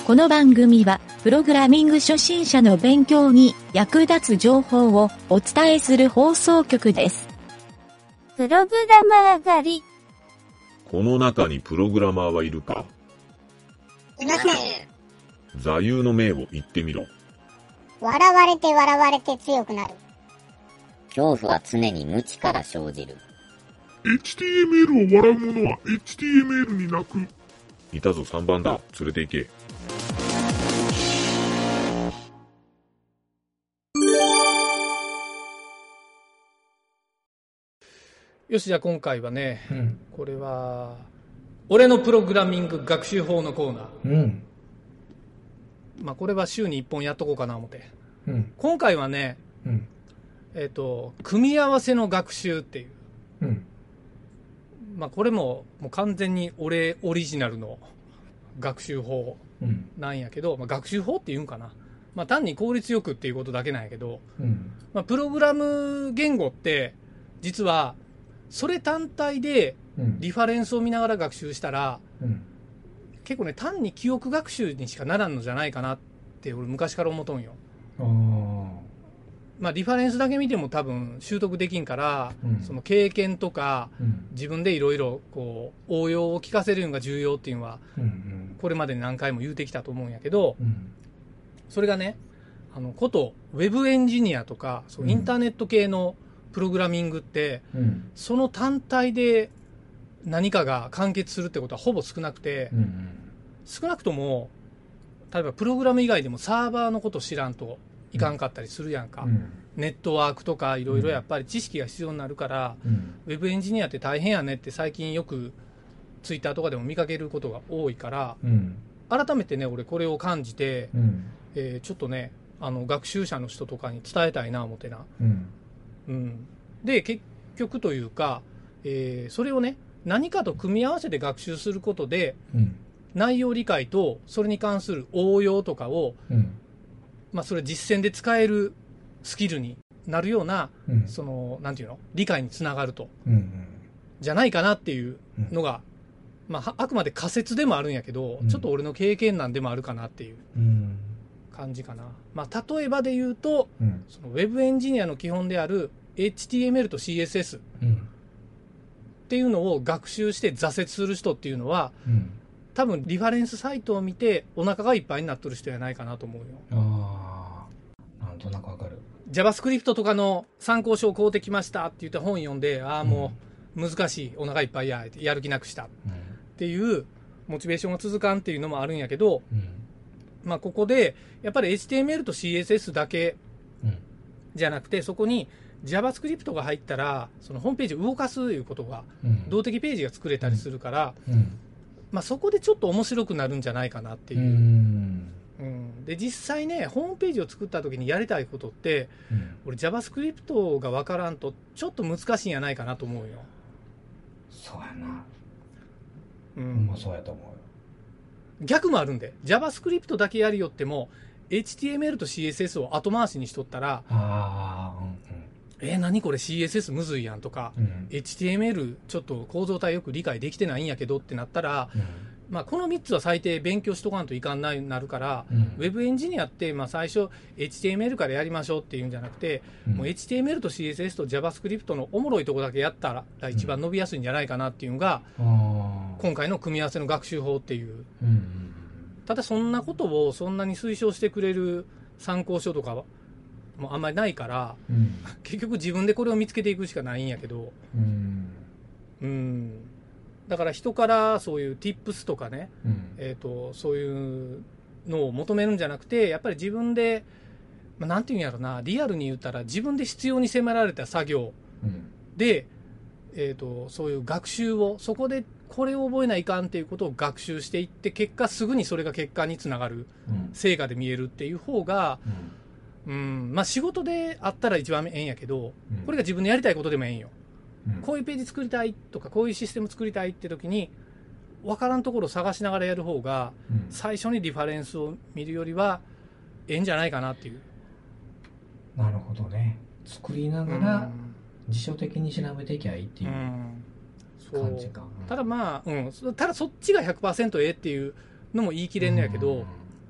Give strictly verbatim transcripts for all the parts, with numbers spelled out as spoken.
この番組は、プログラミング初心者の勉強に役立つ情報をお伝えする放送局です。 プログラマー狩り。 この中にプログラマーはいるか？ いません。 座右の銘を言ってみろ。 笑われて笑われて強くなる。 恐怖は常に無知から生じる。 エイチティーエムエル を笑う者は エイチティーエムエル に泣く。 いたぞさんばんだ。連れて行け。 よし、じゃあ今回はね、うん、これは俺のプログラミング学習法のコーナー、うん、まあこれは週にいっぽんやっとこうかな思って、うん、今回はね、うん、えっと組み合わせの学習っていう、うん、まあこれももう完全に俺オリジナルの学習法なんやけど、うんまあ、学習法っていうんかな、まあ単に効率よくっていうことだけなんやけど、うんまあ、プログラム言語って実はそれ単体でリファレンスを見ながら学習したら、うん、結構ね単に記憶学習にしかならんのじゃないかなって俺昔から思っとんよ。あまあリファレンスだけ見ても多分習得できんから、うん、その経験とか、うん、自分でいろいろこう応用を聞かせるのが重要っていうのは、うんうん、これまで何回も言うてきたと思うんやけど、うん、それがねあのことウェブエンジニアとかそうインターネット系のプログラミングって、うん、その単体で何かが完結するってことはほぼ少なくて、うんうん、少なくとも例えばプログラム以外でもサーバーのことを知らんといかんかったりするやんか、うん、ネットワークとかいろいろやっぱり知識が必要になるから、うん、ウェブエンジニアって大変やねって最近よくツイッターとかでも見かけることが多いから、うん、改めてね俺これを感じて、うんえー、ちょっとねあの学習者の人とかに伝えたいな思ってな、うんうん、で結局というか、えー、それをね何かと組み合わせて学習することで、うん、内容理解とそれに関する応用とかを、うんまあ、それ実践で使えるスキルになるような、うん、そのなんていうの理解につながると、うんうん、じゃないかなっていうのが、うんまあ、あくまで仮説でもあるんやけど、うん、ちょっと俺の経験談でもあるかなっていう感じかな、まあ、例えばで言うと、うん、そのウェブエンジニアの基本であるエイチティーエムエル と シーエスエス、うん、っていうのを学習して挫折する人っていうのは、うん、多分リファレンスサイトを見てお腹がいっぱいになっとる人やないかなと思うよ。ああ、なんとなくわかる。 JavaScript とかの参考書を買うてきましたって言って本読んでああもう難しい、お腹いっぱいややる気なくしたっていうモチベーションが続かんっていうのもあるんやけど、うん、まあここでやっぱり エイチティーエムエル と シーエスエス だけじゃなくてそこにJavaScript が入ったらそのホームページを動かすということが、うん、動的ページが作れたりするから、うんうんまあ、そこでちょっと面白くなるんじゃないかなっていう、うんうん、で実際ねホームページを作った時にやりたいことって、うん、俺 JavaScript が分からんとちょっと難しいんやないかなと思うよ。 そうやな、 うん、 まあそうやと思うよ。 逆もあるんで JavaScript だけやりよっても エイチティーエムエル と シーエスエス を後回しにしとったらあ、うんうん、えー、何これ シーエスエス むずいやんとか、うん、エイチティーエムエル ちょっと構造体よく理解できてないんやけどってなったら、うんまあ、このみっつは最低勉強しとかんといかんないなるから、うん、ウェブエンジニアってまあ最初 エイチティーエムエル からやりましょうっていうんじゃなくて、うん、もう エイチティーエムエル と シーエスエス と JavaScript のおもろいとこだけやったら一番伸びやすいんじゃないかなっていうのが、うん、今回の組み合わせの学習法っていう、うん、ただそんなことをそんなに推奨してくれる参考書とかもうあんまりないから、うん、結局自分でこれを見つけていくしかないんやけど、うん、うんだから人からそういう tips とかね、うんえー、とそういうのを求めるんじゃなくてやっぱり自分で、まあ、なんていうんやろなリアルに言ったら自分で必要に迫られた作業で、うんえー、とそういう学習をそこでこれを覚えないかんっていうことを学習していって結果すぐにそれが結果につながる、うん、成果で見えるっていう方が、うんうんまあ、仕事であったら一番ええんやけど、うん、これが自分のやりたいことでもええんよ。こういうページ作りたいとかこういうシステム作りたいって時に分からんところを探しながらやる方が、うん、最初にリファレンスを見るよりはええんじゃないかなっていう。 なるほどね。作りながら辞書的に調べていきゃいいっていう感じか、うん、 ただまあ、うん、ただそっちが ひゃくパーセント ええっていうのも言い切れんのやけど、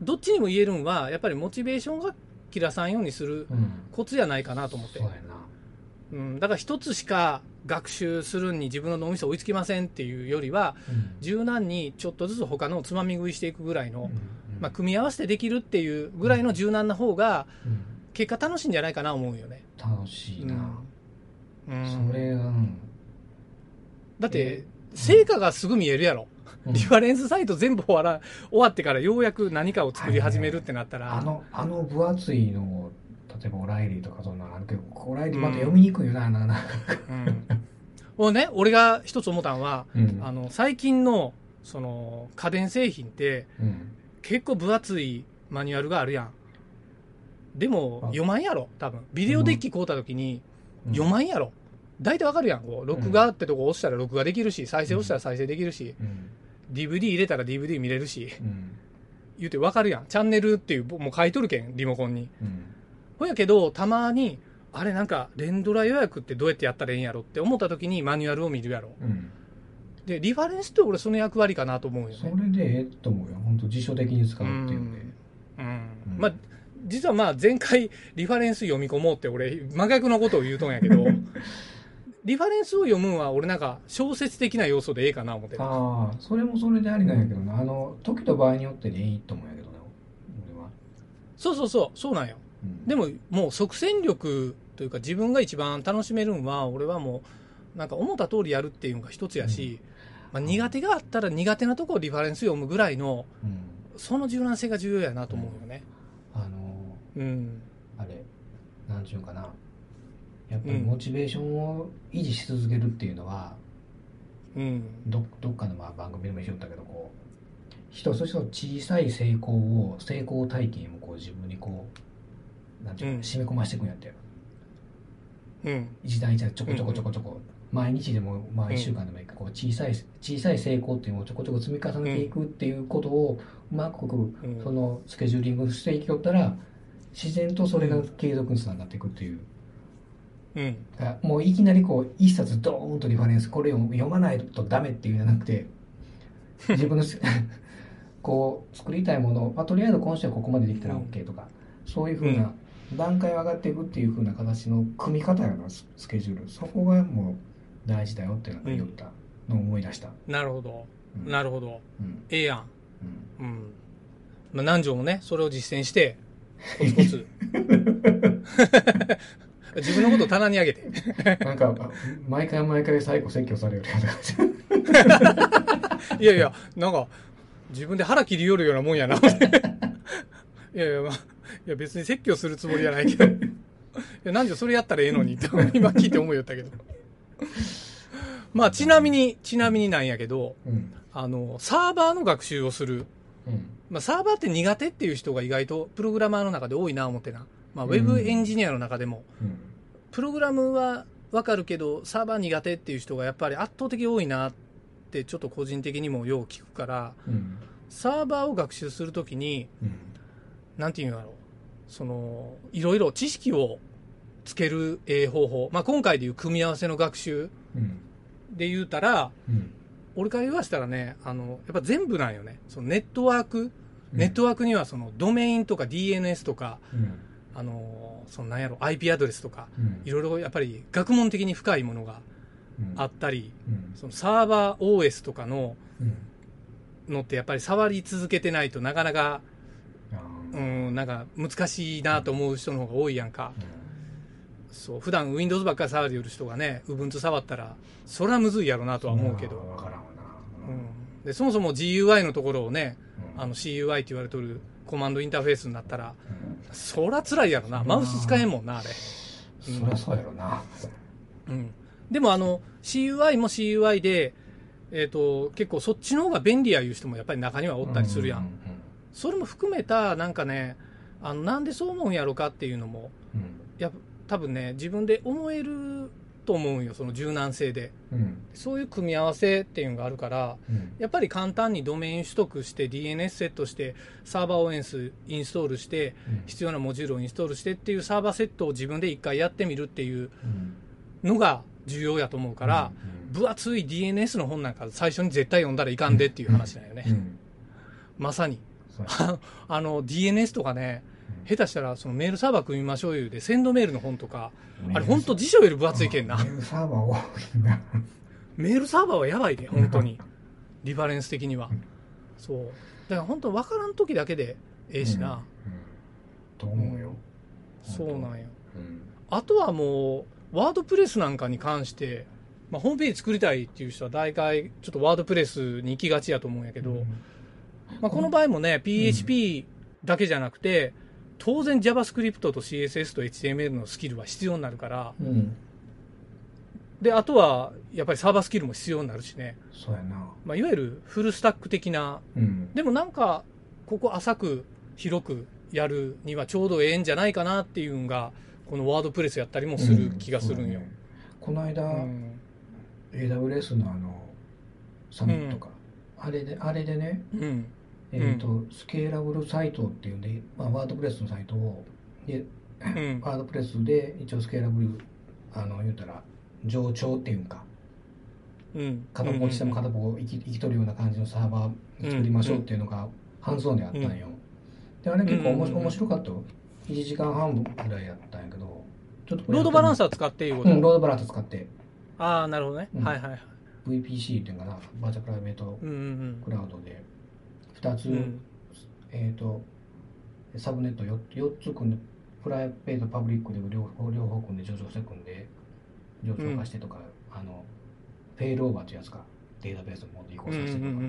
どっちにも言えるんはやっぱりモチベーションが切らさんようにするコツやないかなと思って、 そうやな、 うん、だから一つしか学習するに自分の脳みそ追いつきませんっていうよりは、うん、柔軟にちょっとずつ他のをつまみ食いしていくぐらいの、うんうん、まあ、組み合わせてできるっていうぐらいの柔軟な方が結果楽しいんじゃないかな思うよね。 楽しいな、 うん、 それが、うん、 だって成果がすぐ見えるやろ、うん、リファレンスサイト全部終わら終わってからようやく何かを作り始めるってなったら、 あのあの分厚いのを例えばオライリーとかそんなのあるけど、オライリーまた読みにくいよな、うん、なかなか、 うん、ね、俺が一つ思ったのは、うん、あの最近のその家電製品って、うん、結構分厚いマニュアルがあるやん。でも読まんやろ多分。ビデオデッキ買うた時に読まんやろ、うん、大体わかるやん。こう録画ってとこ押したら録画できるし、再生押したら再生できるし、うん、ディーブイディー 入れたら ディーブイディー 見れるし、うん、言うてわかるやん。チャンネルっていうもう書いとるけんリモコンに、うん、ほやけどたまにあれなんか連ドラ予約ってどうやってやったらええんやろって思った時にマニュアルを見るやろ、うん、でリファレンスって俺その役割かなと思うよね。 それでええと思うよ。本当辞書的に使うっていうんで、 うんうんうん、まあ実はまあ前回リファレンス読み込もうって俺真逆のことを言うとんやけどリファレンスを読むんは俺なんか小説的な要素でええかな思ってる。 ああ、それもそれでありなんやけどな、あの時と場合によってでいいと思うんやけどね、俺は。 そうそうそうそうなんよ、うん、でももう即戦力というか自分が一番楽しめるんは俺はもうなんか思った通りやるっていうのが一つやし、うん、まあ、苦手があったら苦手なところをリファレンス読むぐらいの、うん、その柔軟性が重要やなと思うよね、 うん、あのー、うん、あれなんちゅうかな、やっぱりモチベーションを維持し続けるっていうのは、うん、ど, どっかのまあ番組でも一緒だったけど、こう一つ一つ小さい成功を成功体験をこう自分にこうなんていうか、うん、染み込ましていくんやってよ、うん、一段一段ちょこちょこちょこちょこ、うんうん、毎日でもまあいっしゅうかんでもいいか、こう小さい小さい成功っていうのをちょこちょこ積み重ねていくっていうことをうまくそのスケジューリングしていきよったら自然とそれが継続につながっていくっていう、うん、だからもういきなりこう一冊ドーンとリファレンスこれを読まないとダメっていうんじゃなくて、自分のこう作りたいものを、まあ、とりあえず今週はここまでできたら OK とか、うん、そういうふうな段階を上がっていくっていうふうな形の組み方やな、スケジュール、そこがもう大事だよっていうのが言ったのを思い出した、 うん、なるほど、うん、なるほど、うん、ええやん、うんうん、まあ、南條もねそれを実践してコツコツ自分のことを棚に上げてなんか毎回毎回最後説教されるようないやいやなんか自分で腹切り寄るようなもんやないやいや、まあ、いや別に説教するつもりじゃないけどいやなんでそれやったらええのにって今聞いて思いよったけどまあちなみにちなみになんやけど、うん、あのサーバーの学習をする、うん、まあ、サーバーって苦手っていう人が意外とプログラマーの中で多いな思ってな、まあ、ウェブエンジニアの中でも、うん、プログラムは分かるけどサーバー苦手っていう人がやっぱり圧倒的多いなってちょっと個人的にもよう聞くから、うん、サーバーを学習するときに、うん、なんていうんだろう、そのいろいろ知識をつける、えー、方法、まあ、今回でいう組み合わせの学習で言うたら、うん、俺から言わせたらね、あのやっぱ全部なんよね。そのネットワーク、うん、ネットワークにはそのドメインとか ディーエヌエス とか、うん、あのそのなんやろ アイピー アドレスとか、うん、いろいろやっぱり学問的に深いものがあったり、うん、そのサーバー オーエス とかの、うん、のってやっぱり触り続けてないとなかなか、うん、なんか難しいなと思う人の方が多いやんか。うん、そう普段 Windows ばっかり触る人がね Ubuntu 触ったらそれはむずいやろなとは思うけど、 わからんわな、 うん、でそもそも ジーユーアイ のところをね、うん、あの シーユーアイ って言われてるコマンドインターフェースになったら、うん、そりゃ辛いやろな、マウス使えんもんなあれ、 うん、そりゃそうやろな、 うん、でもあの シーユーアイ も シーユーアイ で、えーと、結構そっちの方が便利やいう人もやっぱり中にはおったりするやん、うんうんうん、それも含めたなんかね、あのなんでそう思うんやろかっていうのも、うん、やっぱ多分ね自分で思えると思うんよ、その柔軟性で、うん、そういう組み合わせっていうのがあるから、うん、やっぱり簡単にドメイン取得して ディーエヌエス セットしてサーバー オーエス インストールして、うん、必要なモジュールをインストールしてっていうサーバーセットを自分で一回やってみるっていうのが重要やと思うから、うんうん、分厚い ディーエヌエス の本なんか最初に絶対読んだらいかんでっていう話だよね、うんうん、まさにあ, あの ディーエヌエス とかね、うん、下手したらそのメールサーバー組みましょういうでセンドメールの本とかあれ本当辞書より分厚いけんな。 メールサーバー多いな。 メールサーバーはやばいで本当にリファレンス的には。そうだから本当分からん時だけでええしな、うんうん、 と思うよ、 うん、そうなんよ、うん、あとはもうワードプレスなんかに関して、まあ、ホームページ作りたいっていう人は大概ちょっとワードプレスに行きがちやと思うんやけど、うんまあ、この場合もね ピーエイチピー だけじゃなくて当然 JavaScript と シーエスエス と エイチティーエムエル のスキルは必要になるから、うん、であとはやっぱりサーバースキルも必要になるしね。 そうやな、 まあ、いわゆるフルスタック的な、うん、でもなんかここ浅く広くやるにはちょうどええんじゃないかなっていうのがこのワードプレスやったりもする気がするんよ、うんね、 この間、うん、エーダブリューエス のあのサミットか、うん、あれであれでね、うんえーとうん、スケーラブルサイトっていうんで、まあ、ワードプレスのサイトをで、うん、ワードプレスで一応スケーラブルあの言うたら冗長っていうか、うん、片方落ちても片方生き、生きとるような感じのサーバー作りましょうっていうのがハンズオンであったんよ、うん、であれ結構おもし、うん、面白かったよ。いちじかんはんぐらいやったんやけどちょっとロードバランサー使っていうこと、 うん、ロードバランサー使ってああなるほどね、うん、はいはいはい ブイピーシー っていうかなバーチャルプライベートクラウドでふたつ、うん、えっ、ー、とサブネット 4, よっつ組んでプライベートパブリックで両方両方組んで上場して組んで上場化してとか、うん、あのフェイルオーバーってやつかデータベースの方で移行させてとか、うんうんうんうん、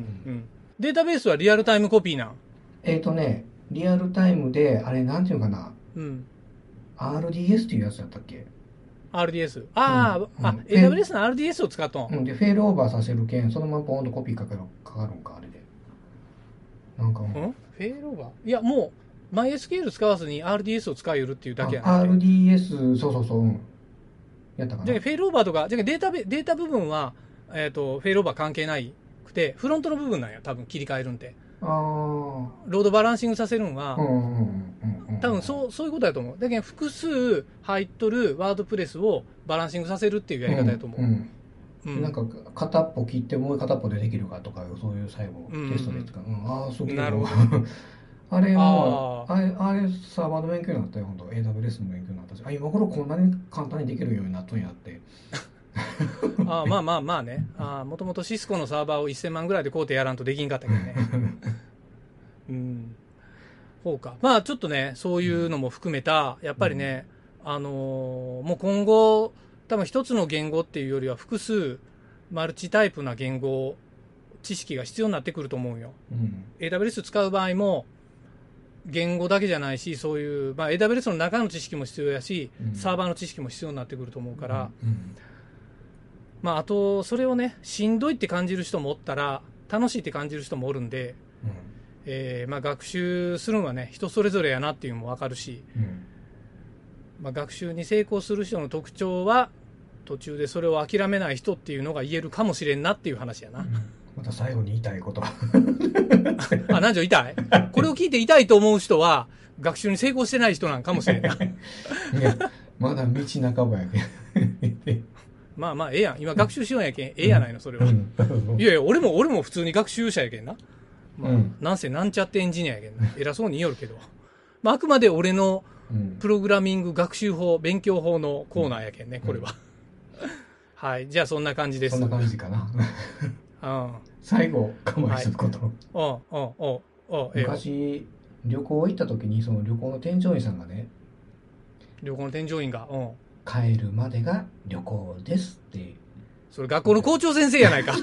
データベースはリアルタイムコピーなんえっ、ー、とねリアルタイムであれなんていうのかな、うん、アールディーエス っていうやつだったっけアールディーエス あ、うん、あ、うん、エーダブリューエス の アールディーエス を使っとん、 うん、でフェイルオーバーさせるけんそのままポーンとコピーかかるかかるんかあれでなんかもう、うん、 フェイルオーバーいやもう MySQL 使わずに アールディーエス を使いよるっていうだけやなアールディーエス そうそうそう、うん、やったかな。 じゃあフェイルオーバーとかじゃあデータベデータ部分は、えー、とフェイルオーバー関係ないくてフロントの部分なんや多分切り替えるんであロードバランシングさせるんは、うんうんうんうん、多分そうそういうことだと思う。だけど複数入っとるワードプレスをバランシングさせるっていうやり方だと思う、うんうん、なんか片っぽ切ってもう片っぽでできるかとかそういう最後テストで使う、うんうん、ああそうなるほどあれもあれあれサーバーの勉強になったよ本当 エーダブリューエス の勉強になったしあ今頃こんなに簡単にできるようになっとんやってああまあまあまあねもともとシスコのサーバーをせんまんぐらいで買うてやらんとできんかったけどねうんそうかまあちょっとねそういうのも含めたやっぱりね、うん、あのー、もう今後多分一つの言語っていうよりは複数マルチタイプな言語知識が必要になってくると思うよ、うん、エーダブリューエス 使う場合も言語だけじゃないしそういう、まあ、エーダブリューエス の中の知識も必要やし、うん、サーバーの知識も必要になってくると思うから、うんうんまあ、あとそれをねしんどいって感じる人もおったら楽しいって感じる人もおるんで、うんえーまあ、学習するのはね人それぞれやなっていうのも分かるし、うんまあ、学習に成功する人の特徴は途中でそれを諦めない人っていうのが言えるかもしれんなっていう話やな、うん、 また最後に言いたいことあ何じゃ言いたいこれを聞いて言いたいと思う人は学習に成功してない人なんかもしれんないいやまだ道半ばやけんまあまあええやん今学習しようんやけん、うん、ええやないのそれは、うん、いやいや俺も俺も普通に学習者やけんな、まあうん、なんせなんちゃってエンジニアやけんな偉そうに言いよるけど、まあ、あくまで俺のプログラミング学習法勉強法のコーナーやけんねこれは、うん、はいじゃあそんな感じですそんな感じかなうん、最後我慢すること、はい、昔旅行行った時にその旅行の添乗員さんがね旅行の添乗員が、うん、 帰るまでが旅行ですってそれ学校の校長先生やないか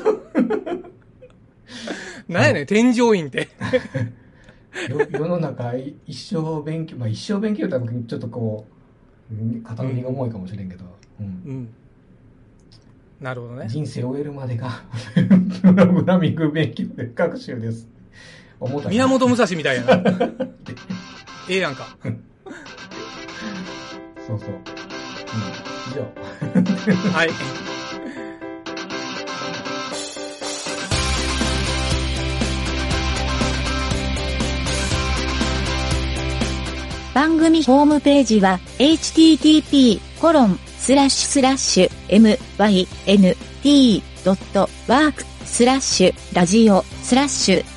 なんやねん添乗員って世の中一生勉強まあ一生勉強だとちょっとこう肩の荷が重いかもしれんけどうん、うんなるほどね。 人生を終えるまでがプログラミング勉強で学習です。 源武蔵みたいやな。ええやんか。 そうそう。うん、以上。 はい。 番組ホームページは エイチティーティーピーコロンスラッシュスラッシュエムワイエヌティードットワークスラッシュラジオスラッシュ